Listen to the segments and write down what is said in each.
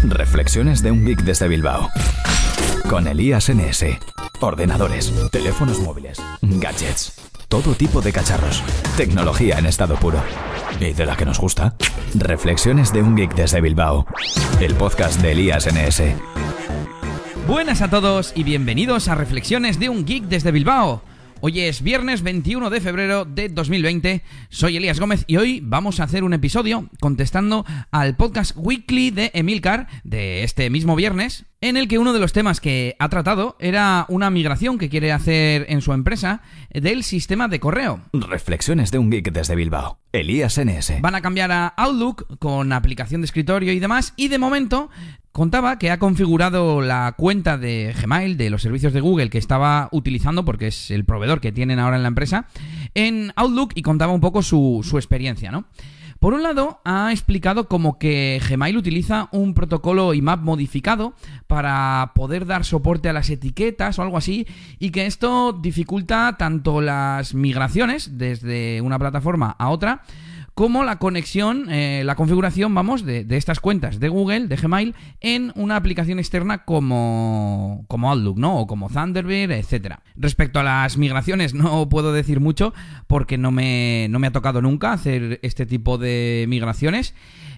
Reflexiones de un geek desde Bilbao. Con Elías NS. Ordenadores, teléfonos móviles, gadgets, todo tipo de cacharros. Tecnología en estado puro. ¿Y de la que nos gusta? Reflexiones de un geek desde Bilbao. El podcast de Elías NS. Buenas a todos y bienvenidos a Reflexiones de un geek desde Bilbao. Hoy es viernes 21 de febrero de 2020, soy Elías Gómez y hoy vamos a hacer un episodio contestando al podcast Weekly de Emilcar de este mismo viernes, en el que uno de los temas que ha tratado era una migración que quiere hacer en su empresa del sistema de correo. Reflexiones de un geek desde Bilbao. Elías NS. Van a cambiar a Outlook con aplicación de escritorio y demás, y de momento contaba que ha configurado la cuenta de Gmail de los servicios de Google que estaba utilizando, porque es el proveedor que tienen ahora en la empresa, en Outlook, y contaba un poco su experiencia, ¿no? Por un lado, ha explicado como que Gmail utiliza un protocolo IMAP modificado para poder dar soporte a las etiquetas o algo así, y que esto dificulta tanto las migraciones desde una plataforma a otra, como la conexión, la configuración, de estas cuentas de Google, de Gmail, en una aplicación externa como Outlook, ¿no? O como Thunderbird, etcétera. Respecto a las migraciones no puedo decir mucho porque no me ha tocado nunca hacer este tipo de migraciones.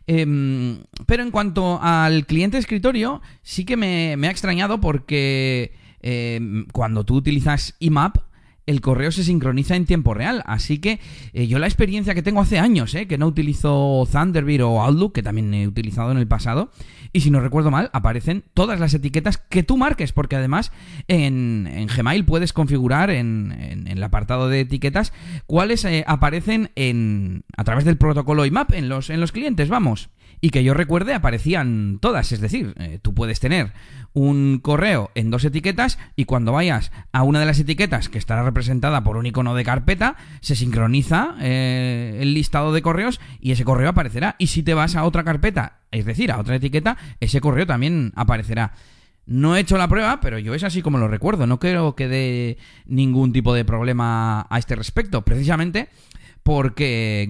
Pero en cuanto al cliente de escritorio, sí que me ha extrañado porque cuando tú utilizas IMAP, el correo se sincroniza en tiempo real, así que yo la experiencia que tengo hace años, que no utilizo Thunderbird o Outlook, que también he utilizado en el pasado, y si no recuerdo mal, aparecen todas las etiquetas que tú marques, porque además en Gmail puedes configurar en el apartado de etiquetas cuáles aparecen a través del protocolo IMAP en los clientes, y que yo recuerde aparecían todas, es decir, tú puedes tener un correo en dos etiquetas y cuando vayas a una de las etiquetas que estará representada por un icono de carpeta, se sincroniza el listado de correos y ese correo aparecerá. Y si te vas a otra carpeta, es decir, a otra etiqueta, ese correo también aparecerá. No he hecho la prueba, pero yo es así como lo recuerdo. No creo que dé ningún tipo de problema a este respecto, precisamente porque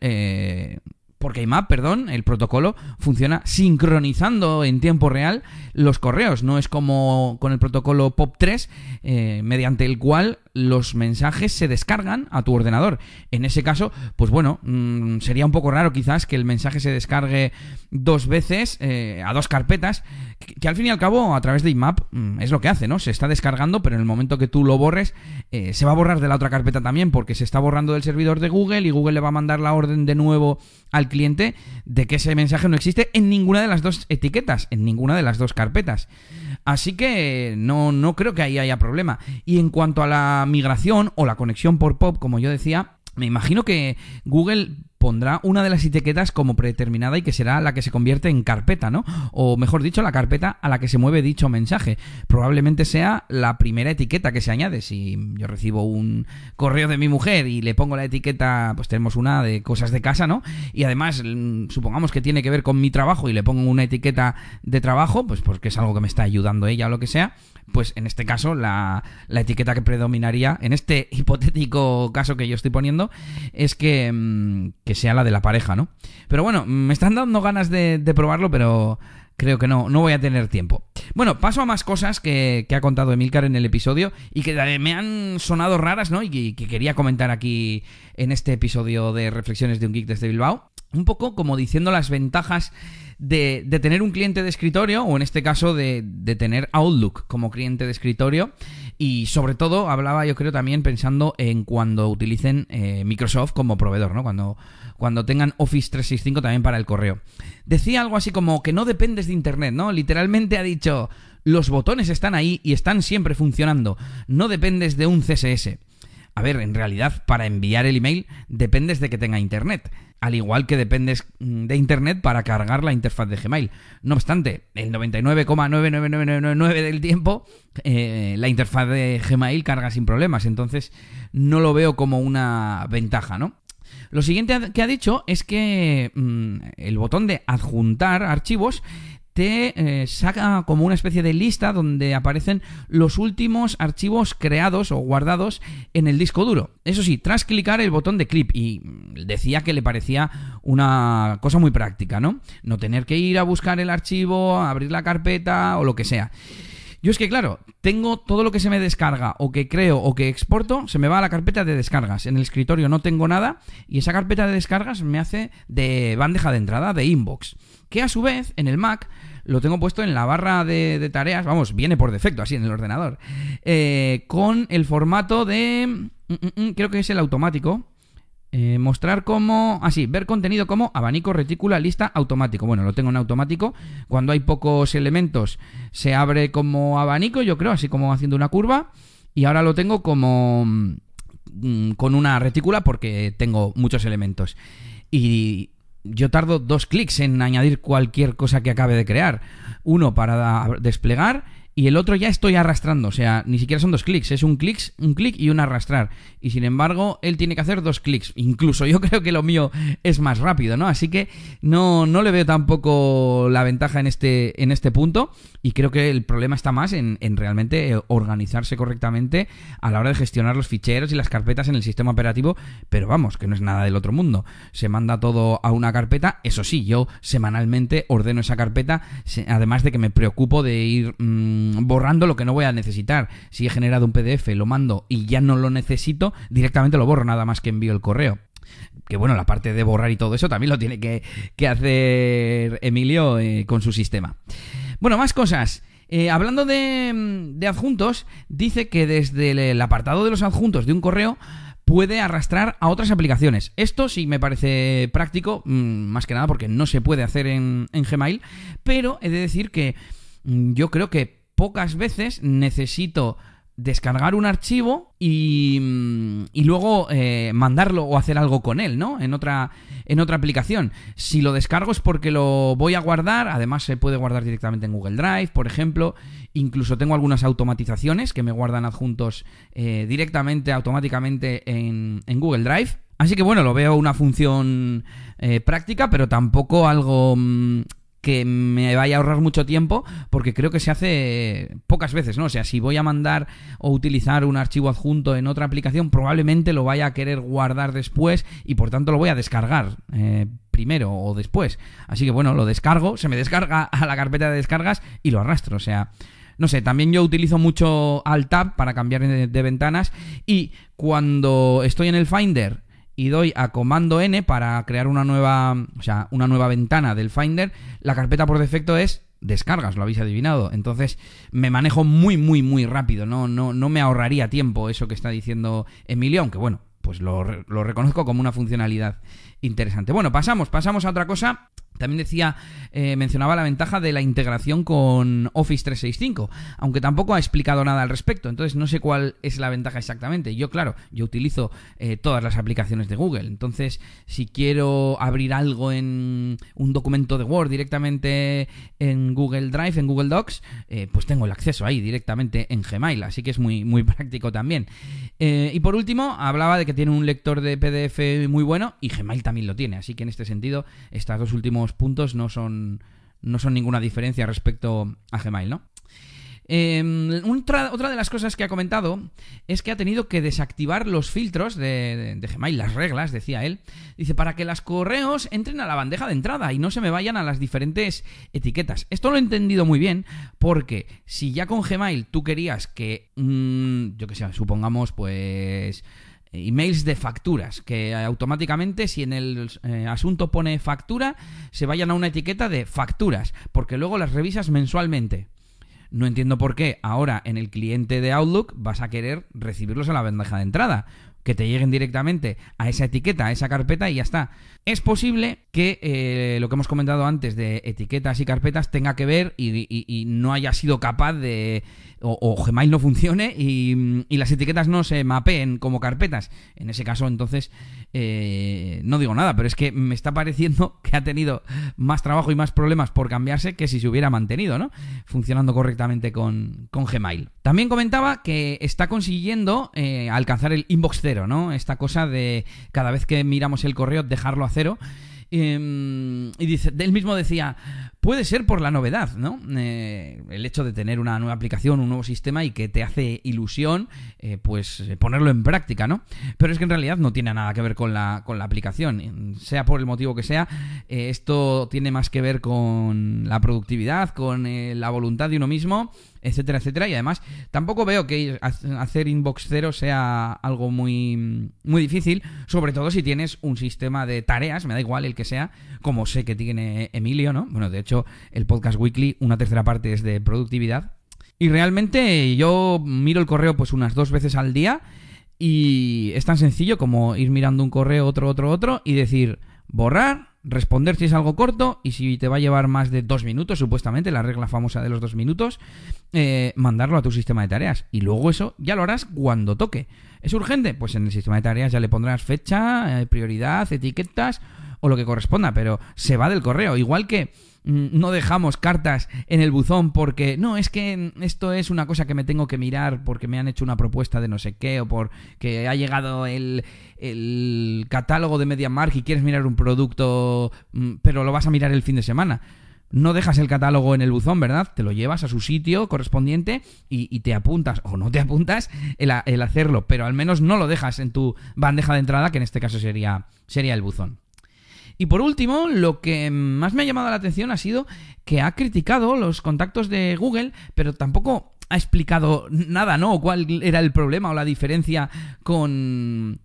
porque IMAP, el protocolo funciona sincronizando en tiempo real los correos. No es como con el protocolo POP3, mediante el cual los mensajes se descargan a tu ordenador. En ese caso, pues bueno, sería un poco raro quizás que el mensaje se descargue dos veces a dos carpetas, que al fin y al cabo a través de IMAP es lo que hace, ¿no? Se está descargando, pero en el momento que tú lo borres, se va a borrar de la otra carpeta también, porque se está borrando del servidor de Google y Google le va a mandar la orden de nuevo al cliente de que ese mensaje no existe en ninguna de las dos etiquetas, en ninguna de las dos carpetas. Así que no creo que ahí haya problema. Y en cuanto a la migración o la conexión por POP, como yo decía, me imagino que Google pondrá una de las etiquetas como predeterminada y que será la que se convierte en carpeta, ¿no? O mejor dicho, la carpeta a la que se mueve dicho mensaje. Probablemente sea la primera etiqueta que se añade. Si yo recibo un correo de mi mujer y le pongo la etiqueta, pues tenemos una de cosas de casa, ¿no? Y además, supongamos que tiene que ver con mi trabajo y le pongo una etiqueta de trabajo, pues porque es algo que me está ayudando ella o lo que sea, pues en este caso la etiqueta que predominaría, en este hipotético caso que yo estoy poniendo, es que sea la de la pareja, ¿no? Pero bueno, me están dando ganas de probarlo, pero creo que no voy a tener tiempo. Bueno, paso a más cosas que ha contado Emilcar en el episodio y que me han sonado raras, ¿no? Y que quería comentar aquí en este episodio de Reflexiones de un Geek desde Bilbao. Un poco como diciendo las ventajas de tener un cliente de escritorio, o en este caso de tener Outlook como cliente de escritorio, y sobre todo hablaba, yo creo, también pensando en cuando utilicen Microsoft como proveedor, ¿no? Cuando tengan Office 365 también para el correo. Decía algo así como que no dependes de internet, ¿no? Literalmente ha dicho, los botones están ahí y están siempre funcionando, no dependes de un CSS. A ver, en realidad, para enviar el email dependes de que tenga internet, al igual que dependes de internet para cargar la interfaz de Gmail. No obstante, el 99,99999 del tiempo la interfaz de Gmail carga sin problemas, entonces no lo veo como una ventaja, ¿no? Lo siguiente que ha dicho es que el botón de adjuntar archivos te saca como una especie de lista donde aparecen los últimos archivos creados o guardados en el disco duro. Eso sí, tras clicar el botón de clip, y decía que le parecía una cosa muy práctica, ¿no? No tener que ir a buscar el archivo, abrir la carpeta o lo que sea. Yo es que, claro, tengo todo lo que se me descarga o que creo o que exporto, se me va a la carpeta de descargas. En el escritorio no tengo nada y esa carpeta de descargas me hace de bandeja de entrada, de inbox. Que a su vez, en el Mac, lo tengo puesto en la barra de tareas, vamos, viene por defecto así en el ordenador, con el formato de... creo que es el automático. Mostrar como... ver contenido como abanico, retícula, lista, automático. Bueno, lo tengo en automático. Cuando hay pocos elementos se abre como abanico, yo creo, así como haciendo una curva. Y ahora lo tengo como... con una retícula porque tengo muchos elementos. Y yo tardo 2 clics en añadir cualquier cosa que acabe de crear. Uno para desplegar y el otro ya estoy arrastrando, o sea, ni siquiera son 2 clics, es un clic y un arrastrar. Y sin embargo, él tiene que hacer 2 clics. Incluso yo creo que lo mío es más rápido, ¿no? Así que no le veo tampoco la ventaja en este punto. Y creo que el problema está más en realmente organizarse correctamente a la hora de gestionar los ficheros y las carpetas en el sistema operativo. Pero vamos, que no es nada del otro mundo. Se manda todo a una carpeta. Eso sí, yo semanalmente ordeno esa carpeta, además de que me preocupo de ir... borrando lo que no voy a necesitar. Si he generado un PDF, lo mando y ya no lo necesito, directamente lo borro, nada más que envío el correo. Que bueno, la parte de borrar y todo eso también lo tiene que hacer Emilio con su sistema. Bueno, más cosas. Hablando de adjuntos, dice que desde el apartado de los adjuntos de un correo puede arrastrar a otras aplicaciones. Esto sí me parece práctico, más que nada porque no se puede hacer en Gmail, pero he de decir que yo creo que pocas veces necesito descargar un archivo y luego mandarlo o hacer algo con él, ¿no? En otra aplicación. Si lo descargo es porque lo voy a guardar. Además se puede guardar directamente en Google Drive, por ejemplo. Incluso tengo algunas automatizaciones que me guardan adjuntos directamente, automáticamente en Google Drive. Así que bueno, lo veo una función práctica, pero tampoco algo... que me vaya a ahorrar mucho tiempo, porque creo que se hace pocas veces, ¿no? O sea, si voy a mandar o utilizar un archivo adjunto en otra aplicación, probablemente lo vaya a querer guardar después y por tanto lo voy a descargar primero o después. Así que bueno, lo descargo, se me descarga a la carpeta de descargas y lo arrastro, o sea... No sé, también yo utilizo mucho Alt-Tab para cambiar de ventanas y cuando estoy en el Finder... y doy a comando N para crear una nueva ventana del Finder, la carpeta por defecto es descargas, lo habéis adivinado. Entonces me manejo muy, muy, muy rápido. No me ahorraría tiempo eso que está diciendo Emilio, aunque bueno, pues lo reconozco como una funcionalidad interesante. Bueno, pasamos a otra cosa. También mencionaba la ventaja de la integración con Office 365, aunque tampoco ha explicado nada al respecto, entonces no sé cuál es la ventaja exactamente. Yo utilizo todas las aplicaciones de Google, entonces si quiero abrir algo en un documento de Word directamente en Google Drive, en Google Docs, pues tengo el acceso ahí directamente en Gmail, así que es muy, muy práctico también. Y por último, hablaba de que tiene un lector de PDF muy bueno y Gmail también lo tiene, así que en este sentido, estas dos últimos puntos no son ninguna diferencia respecto a Gmail, ¿no? Otra de las cosas que ha comentado es que ha tenido que desactivar los filtros de Gmail, las reglas, decía él. Dice, para que los correos entren a la bandeja de entrada y no se me vayan a las diferentes etiquetas. Esto lo he entendido muy bien porque si ya con Gmail tú querías que, yo que sé, supongamos pues... emails de facturas, que automáticamente si en el asunto pone factura, se vayan a una etiqueta de facturas, porque luego las revisas mensualmente. No entiendo por qué ahora en el cliente de Outlook vas a querer recibirlos a la bandeja de entrada, que te lleguen directamente a esa etiqueta, a esa carpeta y ya está. Es posible que lo que hemos comentado antes de etiquetas y carpetas tenga que ver y no haya sido capaz de... O Gmail no funcione y las etiquetas no se mapeen como carpetas. En ese caso, entonces, no digo nada, pero es que me está pareciendo que ha tenido más trabajo y más problemas por cambiarse que si se hubiera mantenido, ¿no? Funcionando correctamente con Gmail. También comentaba que está consiguiendo alcanzar el inbox cero, ¿no? Esta cosa de cada vez que miramos el correo dejarlo a cero. Y dice, él mismo decía, puede ser por la novedad, ¿no? El hecho de tener una nueva aplicación, un nuevo sistema y que te hace ilusión, pues ponerlo en práctica, ¿no? Pero es que en realidad no tiene nada que ver con la aplicación, sea por el motivo que sea. Esto tiene más que ver con la productividad, con la voluntad de uno mismo, etcétera, etcétera. Y además tampoco veo que hacer Inbox Zero sea algo muy, muy difícil, sobre todo si tienes un sistema de tareas, me da igual el que sea, como sé que tiene Emilio, ¿no? Bueno, de hecho, el Podcast Weekly, una tercera parte es de productividad. Y realmente yo miro el correo pues unas 2 veces al día y es tan sencillo como ir mirando un correo, otro y decir borrar, responder si es algo corto y si te va a llevar más de 2 minutos, supuestamente, la regla famosa de los 2 minutos, mandarlo a tu sistema de tareas. Y luego eso ya lo harás cuando toque. ¿Es urgente? Pues en el sistema de tareas ya le pondrás fecha, prioridad, etiquetas o lo que corresponda, pero se va del correo. Igual que no dejamos cartas en el buzón porque no, es que esto es una cosa que me tengo que mirar porque me han hecho una propuesta de no sé qué o porque ha llegado el catálogo de MediaMarkt y quieres mirar un producto pero lo vas a mirar el fin de semana. No dejas el catálogo en el buzón, ¿verdad? Te lo llevas a su sitio correspondiente y te apuntas o no te apuntas el hacerlo, pero al menos no lo dejas en tu bandeja de entrada, que en este caso sería el buzón. Y por último, lo que más me ha llamado la atención ha sido que ha criticado los contactos de Google, pero tampoco ha explicado nada, ¿no? ¿Cuál era el problema o la diferencia con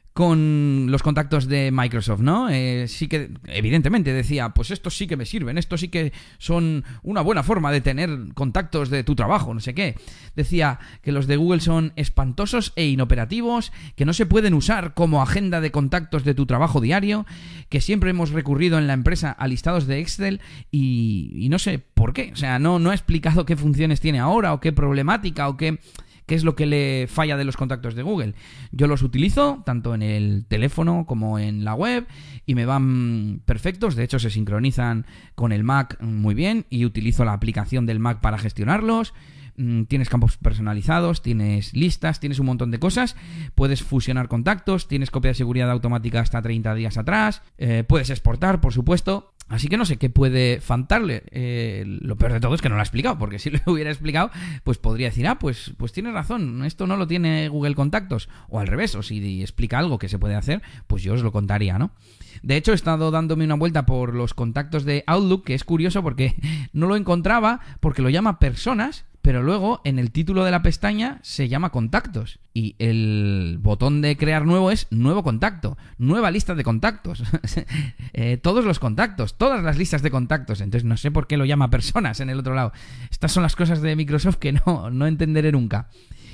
los contactos de Microsoft, ¿no? Sí que, evidentemente, decía, pues estos sí que me sirven, estos sí que son una buena forma de tener contactos de tu trabajo, no sé qué. Decía que los de Google son espantosos e inoperativos, que no se pueden usar como agenda de contactos de tu trabajo diario, que siempre hemos recurrido en la empresa a listados de Excel y no sé por qué. O sea, no ha explicado qué funciones tiene ahora o qué problemática o qué es lo que le falla de los contactos de Google. Yo los utilizo tanto en el teléfono como en la web y me van perfectos. De hecho, se sincronizan con el Mac muy bien y utilizo la aplicación del Mac para gestionarlos. Tienes campos personalizados, tienes listas, tienes un montón de cosas. Puedes fusionar contactos, tienes copia de seguridad automática hasta 30 días atrás. Puedes exportar, por supuesto. Así que no sé qué puede faltarle. Lo peor de todo es que no lo ha explicado, porque si lo hubiera explicado, pues podría decir, pues tienes razón, esto no lo tiene Google Contactos. O al revés, o si explica algo que se puede hacer, pues yo os lo contaría, ¿no? De hecho, he estado dándome una vuelta por los contactos de Outlook, que es curioso porque no lo encontraba, porque lo llama personas, pero luego en el título de la pestaña se llama contactos y el botón de crear nuevo es nuevo contacto, nueva lista de contactos. Todos los contactos, todas las listas de contactos. Entonces no sé por qué lo llama personas en el otro lado. Estas son las cosas de Microsoft que no entenderé nunca.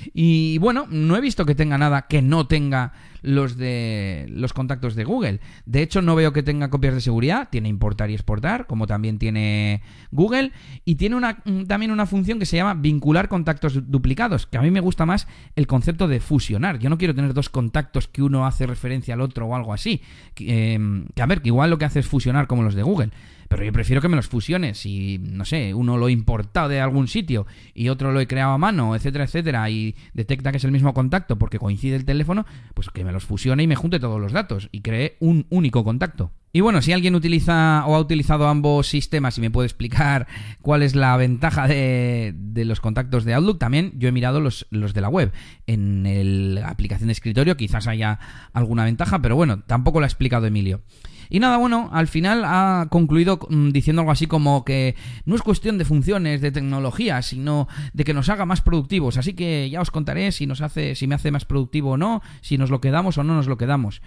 Y bueno, no he visto que tenga nada que no tenga los de los contactos de Google. De hecho, no veo que tenga copias de seguridad. Tiene importar y exportar, como también tiene Google. Y tiene también una función que se llama vincular contactos duplicados, que a mí me gusta más el concepto de fusionar. Yo no quiero tener 2 contactos que uno hace referencia al otro o algo así. Que a ver, que igual lo que hace es fusionar como los de Google. Pero yo prefiero que me los fusiones. Si, no sé, uno lo he importado de algún sitio y otro lo he creado a mano, etcétera, etcétera, y detecta que es el mismo contacto porque coincide el teléfono, pues que me los fusione y me junte todos los datos y cree un único contacto. Y bueno, si alguien utiliza o ha utilizado ambos sistemas y me puede explicar cuál es la ventaja de los contactos de Outlook, también yo he mirado los de la web. En la aplicación de escritorio quizás haya alguna ventaja, pero bueno, tampoco lo ha explicado Emilio. Y nada, bueno, al final ha concluido diciendo algo así como que no es cuestión de funciones, de tecnología, sino de que nos haga más productivos. Así que ya os contaré si me hace más productivo o no, si nos lo quedamos o no nos lo quedamos.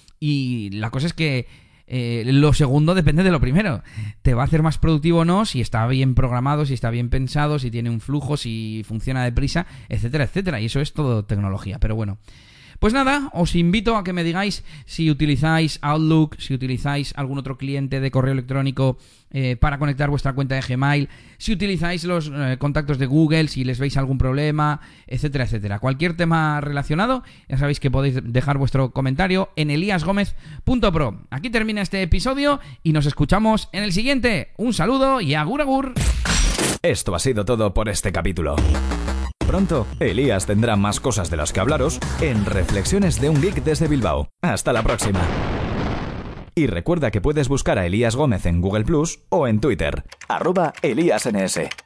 Y la cosa es que lo segundo depende de lo primero. Te va a hacer más productivo o no si está bien programado, si está bien pensado, si tiene un flujo, si funciona deprisa, etcétera, etcétera. Y eso es todo tecnología, pero bueno. Pues nada, os invito a que me digáis si utilizáis Outlook, si utilizáis algún otro cliente de correo electrónico para conectar vuestra cuenta de Gmail, si utilizáis los contactos de Google, si les veis algún problema, etcétera, etcétera. Cualquier tema relacionado, ya sabéis que podéis dejar vuestro comentario en eliasgomez.pro. Aquí termina este episodio y nos escuchamos en el siguiente. Un saludo y agur agur. Esto ha sido todo por este capítulo. Pronto, Elías tendrá más cosas de las que hablaros en Reflexiones de un Geek desde Bilbao. Hasta la próxima. Y recuerda que puedes buscar a Elías Gómez en Google Plus o en Twitter, @ElíasNS.